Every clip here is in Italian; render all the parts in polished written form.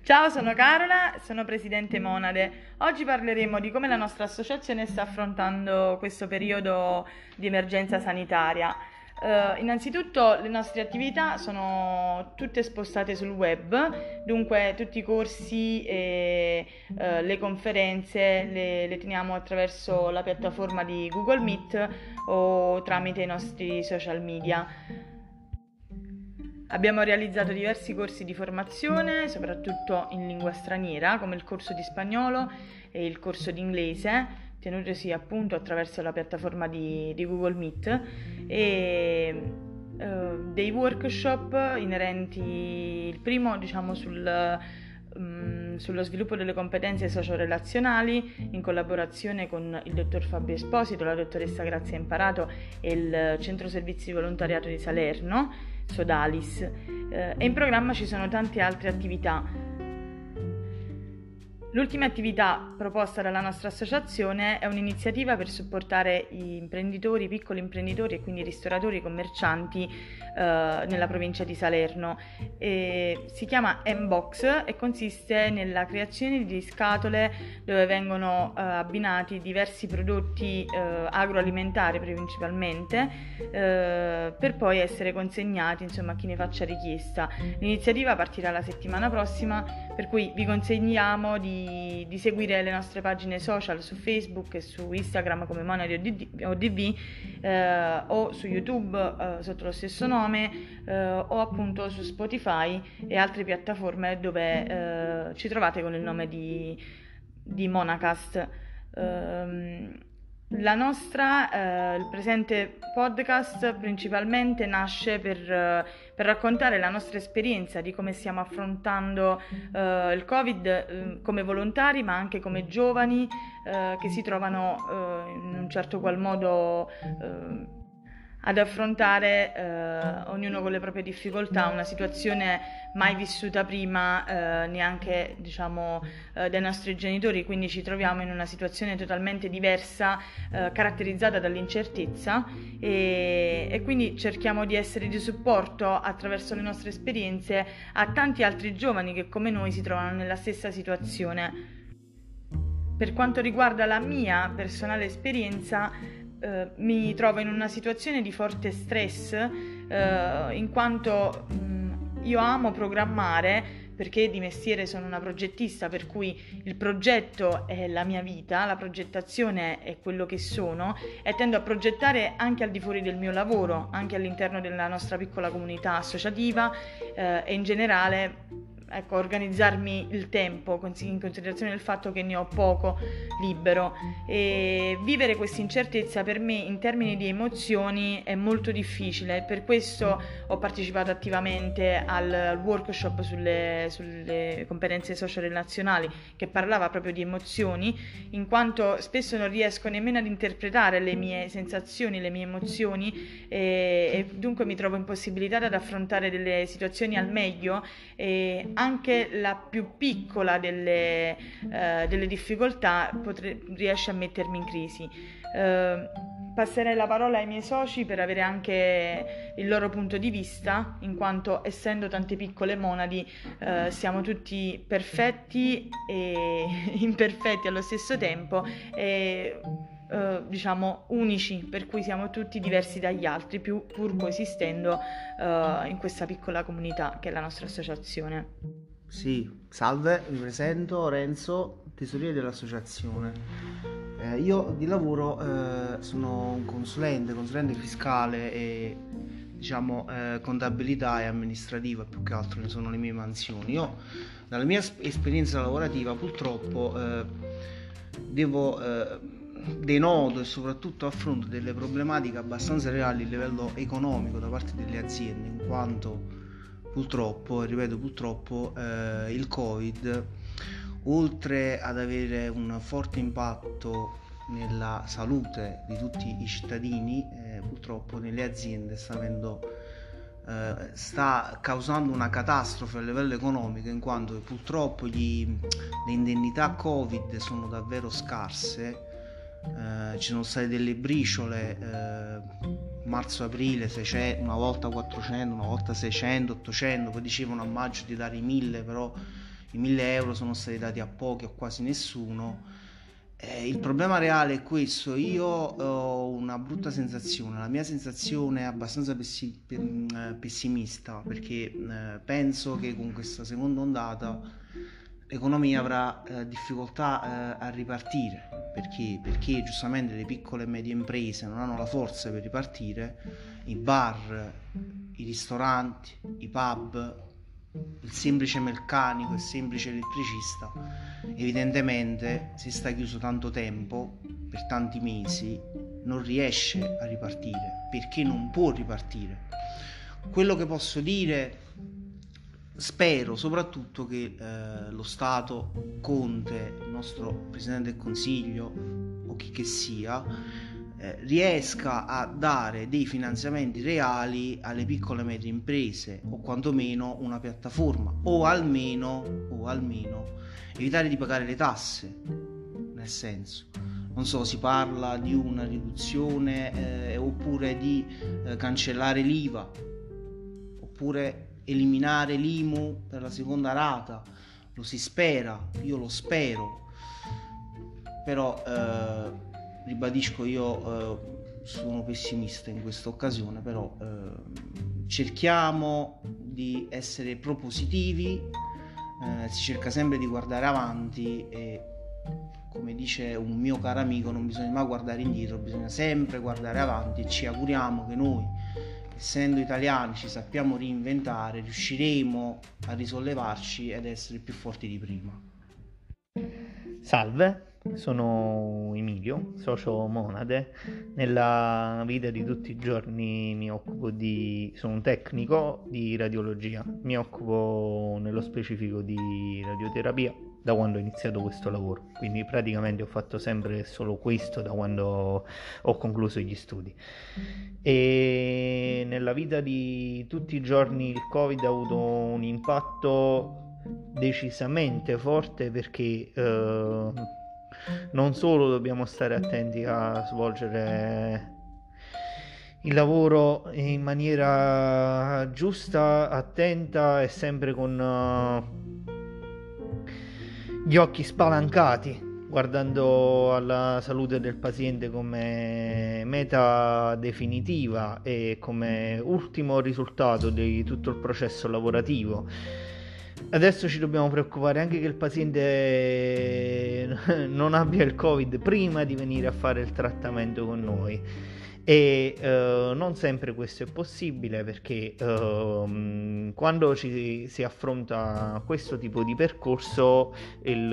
Ciao, sono Carola, sono presidente Monade. Oggi parleremo di come la nostra associazione sta affrontando questo periodo di emergenza sanitaria. Innanzitutto le nostre attività sono tutte spostate sul web, dunque tutti i corsi e le conferenze le teniamo attraverso la piattaforma di Google Meet o tramite i nostri social media. Abbiamo realizzato diversi corsi di formazione, soprattutto in lingua straniera, come il corso di spagnolo e il corso di inglese, tenutosi appunto attraverso la piattaforma di Google Meet, e dei workshop inerenti, il primo sullo sviluppo delle competenze socio-relazionali in collaborazione con il dottor Fabio Esposito, la dottoressa Grazia Imparato e il Centro Servizi di Volontariato di Salerno, Sodalis, e in programma ci sono tante altre attività. L'ultima attività proposta dalla nostra associazione è un'iniziativa per supportare gli imprenditori, piccoli imprenditori e quindi ristoratori e commercianti nella provincia di Salerno. Si chiama M-Box e consiste nella creazione di scatole dove vengono abbinati diversi prodotti agroalimentari principalmente per poi essere consegnati a chi ne faccia richiesta. L'iniziativa partirà la settimana prossima, per cui vi consigliamo di seguire le nostre pagine social su Facebook e su Instagram come Monade ODV o su YouTube sotto lo stesso nome o appunto su Spotify e altre piattaforme dove ci trovate con il nome di Monacast. Il presente podcast principalmente nasce per raccontare la nostra esperienza di come stiamo affrontando il Covid come volontari, ma anche come giovani che si trovano in un certo qual modo ad affrontare ognuno con le proprie difficoltà, una situazione mai vissuta prima neanche dai nostri genitori, quindi ci troviamo in una situazione totalmente diversa, caratterizzata dall'incertezza e quindi cerchiamo di essere di supporto attraverso le nostre esperienze a tanti altri giovani che come noi si trovano nella stessa situazione. Per quanto riguarda la mia personale esperienza, mi trovo in una situazione di forte stress in quanto io amo programmare, perché di mestiere sono una progettista, per cui il progetto è la mia vita, la progettazione è quello che sono, e tendo a progettare anche al di fuori del mio lavoro, anche all'interno della nostra piccola comunità associativa e in generale organizzarmi il tempo in considerazione del fatto che ne ho poco libero, e vivere questa incertezza per me in termini di emozioni è molto difficile. Per questo ho partecipato attivamente al workshop sulle competenze socio-relazionali, che parlava proprio di emozioni, in quanto spesso non riesco nemmeno ad interpretare le mie sensazioni, le mie emozioni, e dunque mi trovo impossibilitata ad affrontare delle situazioni al meglio, e anche la più piccola delle difficoltà riesce a mettermi in crisi. Passerei la parola ai miei soci per avere anche il loro punto di vista, in quanto essendo tante piccole monadi siamo tutti perfetti e imperfetti allo stesso tempo, e unici, per cui siamo tutti diversi dagli altri, pur coesistendo in questa piccola comunità che è la nostra associazione. Sì, salve, mi presento Renzo, tesoriere dell'associazione. Io di lavoro sono un consulente fiscale e contabilità e amministrativa, più che altro ne sono le mie mansioni. Io dalla mia esperienza lavorativa purtroppo denoto e soprattutto affronto delle problematiche abbastanza reali a livello economico da parte delle aziende, in quanto purtroppo, e ripeto purtroppo, il Covid, oltre ad avere un forte impatto nella salute di tutti i cittadini, purtroppo nelle aziende sta causando una catastrofe a livello economico, in quanto purtroppo le indennità Covid sono davvero scarse. Ci sono state delle briciole marzo-aprile, una volta 400, una volta 600, 800, poi dicevano a maggio di dare i 1000, però i 1.000 euro sono stati dati a pochi o quasi nessuno. Il problema reale è questo. Io ho una brutta sensazione, la mia sensazione è abbastanza pessimista, perché penso che con questa seconda ondata l'economia avrà difficoltà a ripartire. Perché giustamente le piccole e medie imprese non hanno la forza per ripartire, i bar, i ristoranti, i pub, il semplice meccanico, il semplice elettricista, evidentemente se sta chiuso tanto tempo, per tanti mesi, non riesce a ripartire, perché non può ripartire. Quello che posso dire, spero soprattutto che lo Stato, Conte, il nostro Presidente del Consiglio o chi che sia, riesca a dare dei finanziamenti reali alle piccole e medie imprese, o quantomeno una piattaforma, o almeno evitare di pagare le tasse. Nel senso, non so, si parla di una riduzione oppure di cancellare l'IVA, oppure eliminare l'IMU per la seconda rata. Lo si spera, io lo spero, però ribadisco, io sono pessimista in questa occasione, però cerchiamo di essere propositivi, si cerca sempre di guardare avanti e, come dice un mio caro amico, non bisogna mai guardare indietro, bisogna sempre guardare avanti, e ci auguriamo che noi, essendo italiani, ci sappiamo reinventare, riusciremo a risollevarci ed essere più forti di prima. Salve, sono Emilio, socio Monade. Nella vita di tutti i giorni sono un tecnico di radiologia, mi occupo nello specifico di radioterapia da quando ho iniziato questo lavoro, quindi praticamente ho fatto sempre solo questo da quando ho concluso gli studi. E nella vita di tutti i giorni il Covid ha avuto un impatto decisamente forte, perché non solo dobbiamo stare attenti a svolgere il lavoro in maniera giusta, attenta e sempre con gli occhi spalancati, guardando alla salute del paziente come meta definitiva e come ultimo risultato di tutto il processo lavorativo. Adesso ci dobbiamo preoccupare anche che il paziente non abbia il Covid prima di venire a fare il trattamento con noi, e non sempre questo è possibile, perché quando si affronta questo tipo di percorso il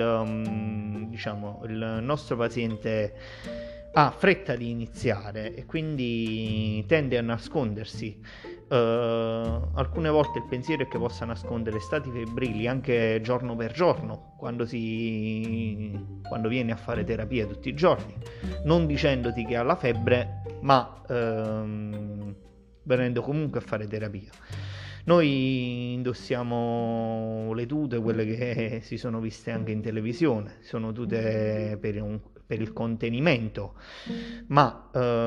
nostro paziente ha fretta di iniziare e quindi tende a nascondersi. Alcune volte il pensiero è che possa nascondere stati febbrili anche giorno per giorno quando viene a fare terapia tutti i giorni, non dicendoti che ha la febbre, ma venendo comunque a fare terapia. Noi indossiamo le tute, quelle che si sono viste anche in televisione, sono tute per il contenimento, ma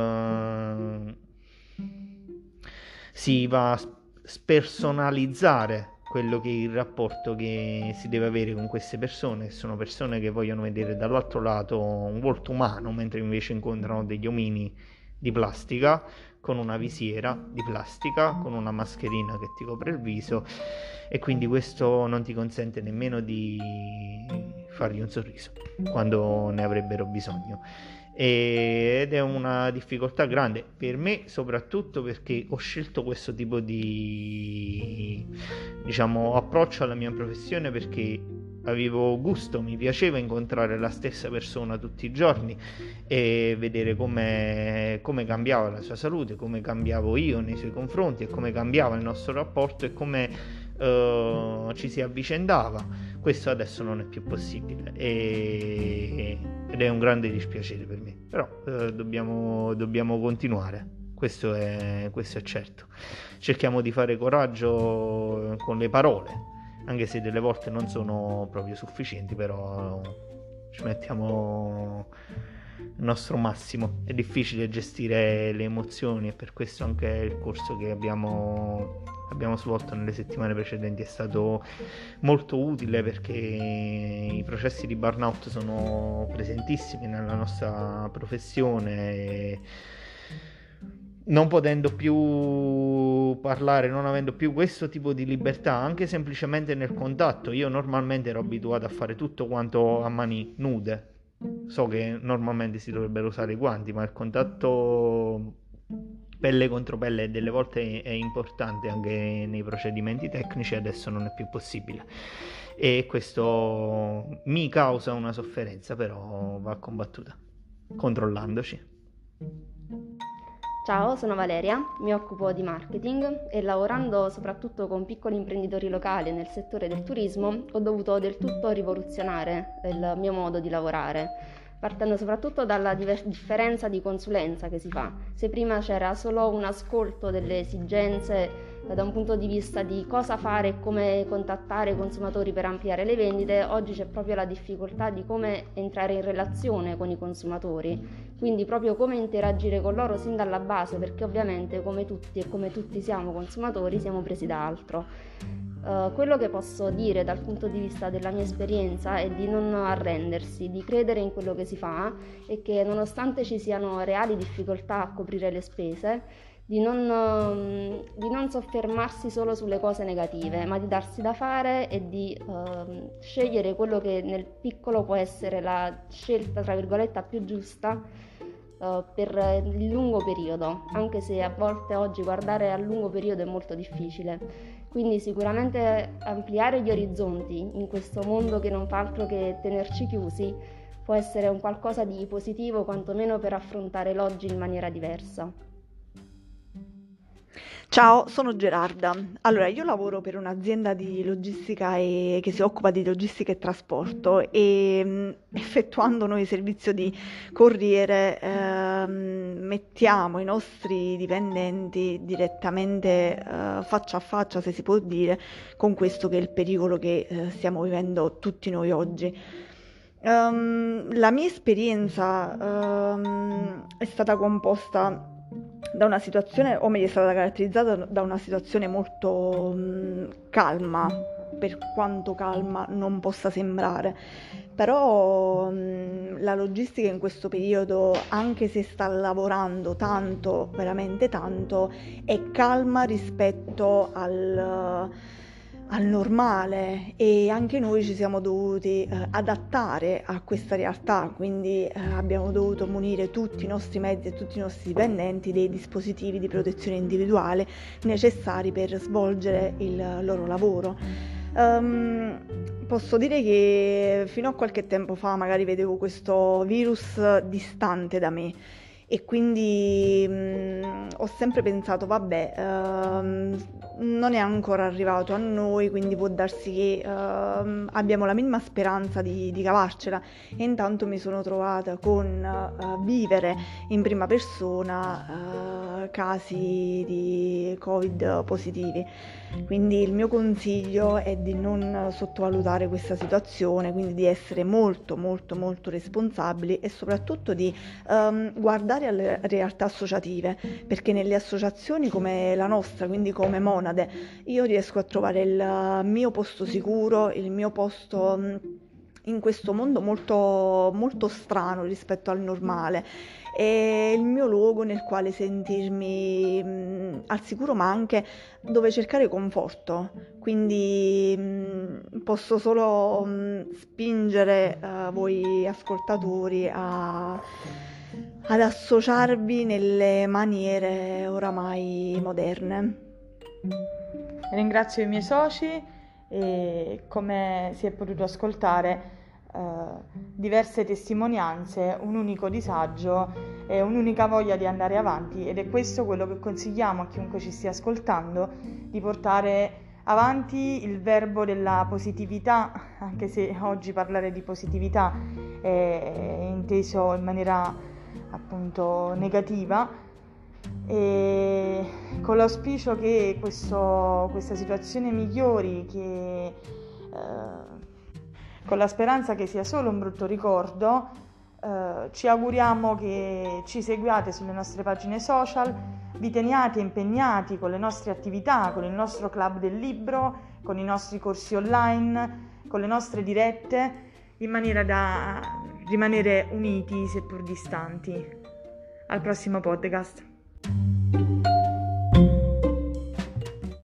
si va a spersonalizzare quello che è il rapporto che si deve avere con queste persone. Sono persone che vogliono vedere dall'altro lato un volto umano, mentre invece incontrano degli omini di plastica, con una visiera di plastica, con una mascherina che ti copre il viso, e quindi questo non ti consente nemmeno di fargli un sorriso quando ne avrebbero bisogno. Ed è una difficoltà grande per me, soprattutto perché ho scelto questo tipo di approccio alla mia professione, perché avevo gusto, mi piaceva incontrare la stessa persona tutti i giorni e vedere come cambiava la sua salute, come cambiavo io nei suoi confronti e come cambiava il nostro rapporto e come ci si avvicendava. Questo adesso non è più possibile ed è un grande dispiacere per me, però dobbiamo continuare, questo è certo. Cerchiamo di fare coraggio con le parole, anche se delle volte non sono proprio sufficienti, però ci mettiamo nostro massimo. È difficile gestire le emozioni, e per questo anche il corso che abbiamo svolto nelle settimane precedenti è stato molto utile, perché i processi di burnout sono presentissimi nella nostra professione e non potendo più parlare, non avendo più questo tipo di libertà anche semplicemente nel contatto. Io normalmente ero abituato a fare tutto quanto a mani nude, so che normalmente si dovrebbero usare i guanti, ma il contatto pelle contro pelle delle volte è importante anche nei procedimenti tecnici, adesso non è più possibile e questo mi causa una sofferenza, però va combattuta controllandoci. Ciao, sono Valeria, mi occupo di marketing e lavorando soprattutto con piccoli imprenditori locali nel settore del turismo ho dovuto del tutto rivoluzionare il mio modo di lavorare, partendo soprattutto dalla differenza di consulenza che si fa. Se prima c'era solo un ascolto delle esigenze da un punto di vista di cosa fare e come contattare i consumatori per ampliare le vendite, oggi c'è proprio la difficoltà di come entrare in relazione con i consumatori, quindi proprio come interagire con loro sin dalla base, perché ovviamente come tutti e come tutti siamo consumatori siamo presi da altro. Quello che posso dire dal punto di vista della mia esperienza è di non arrendersi, di credere in quello che si fa e che nonostante ci siano reali difficoltà a coprire le spese, di non soffermarsi solo sulle cose negative, ma di darsi da fare e di scegliere quello che nel piccolo può essere la scelta, tra virgolette, più giusta per il lungo periodo, anche se a volte oggi guardare a lungo periodo è molto difficile. Quindi sicuramente ampliare gli orizzonti in questo mondo che non fa altro che tenerci chiusi può essere un qualcosa di positivo, quantomeno per affrontare l'oggi in maniera diversa. Ciao, sono Gerarda. Allora, io lavoro per un'azienda di logistica che si occupa di logistica e trasporto e effettuando noi servizio di corriere mettiamo i nostri dipendenti direttamente faccia a faccia, se si può dire, con questo che è il pericolo che stiamo vivendo tutti noi oggi. La mia esperienza è stata composta da una situazione, o meglio è stata caratterizzata da una situazione molto calma, per quanto calma non possa sembrare, però la logistica in questo periodo, anche se sta lavorando tanto, veramente tanto, è calma rispetto al normale e anche noi ci siamo dovuti adattare a questa realtà, quindi abbiamo dovuto munire tutti i nostri mezzi e tutti i nostri dipendenti dei dispositivi di protezione individuale necessari per svolgere il loro lavoro. Posso dire che fino a qualche tempo fa magari vedevo questo virus distante da me e quindi ho sempre pensato vabbè, non è ancora arrivato a noi, quindi può darsi che abbiamo la minima speranza di cavarcela, e intanto mi sono trovata con vivere in prima persona casi di Covid positivi. Quindi il mio consiglio è di non sottovalutare questa situazione, quindi di essere molto molto molto responsabili e soprattutto di guardare alle realtà associative, perché nelle associazioni come la nostra, quindi come Monade, io riesco a trovare il mio posto sicuro, il mio posto in questo mondo molto, molto strano rispetto al normale. È il mio luogo nel quale sentirmi al sicuro, ma anche dove cercare conforto. Quindi posso solo spingere voi ascoltatori ad associarvi nelle maniere oramai moderne. Ringrazio i miei soci e, come si è potuto ascoltare, diverse testimonianze, un unico disagio e un'unica voglia di andare avanti, ed è questo quello che consigliamo a chiunque ci stia ascoltando, di portare avanti il verbo della positività, anche se oggi parlare di positività è inteso in maniera appunto negativa, e con l'auspicio che questa situazione migliori, che con la speranza che sia solo un brutto ricordo, Ci auguriamo che ci seguiate sulle nostre pagine social, vi teniate impegnati con le nostre attività, con il nostro club del libro, con i nostri corsi online, con le nostre dirette, in maniera da rimanere uniti seppur distanti. Al prossimo podcast.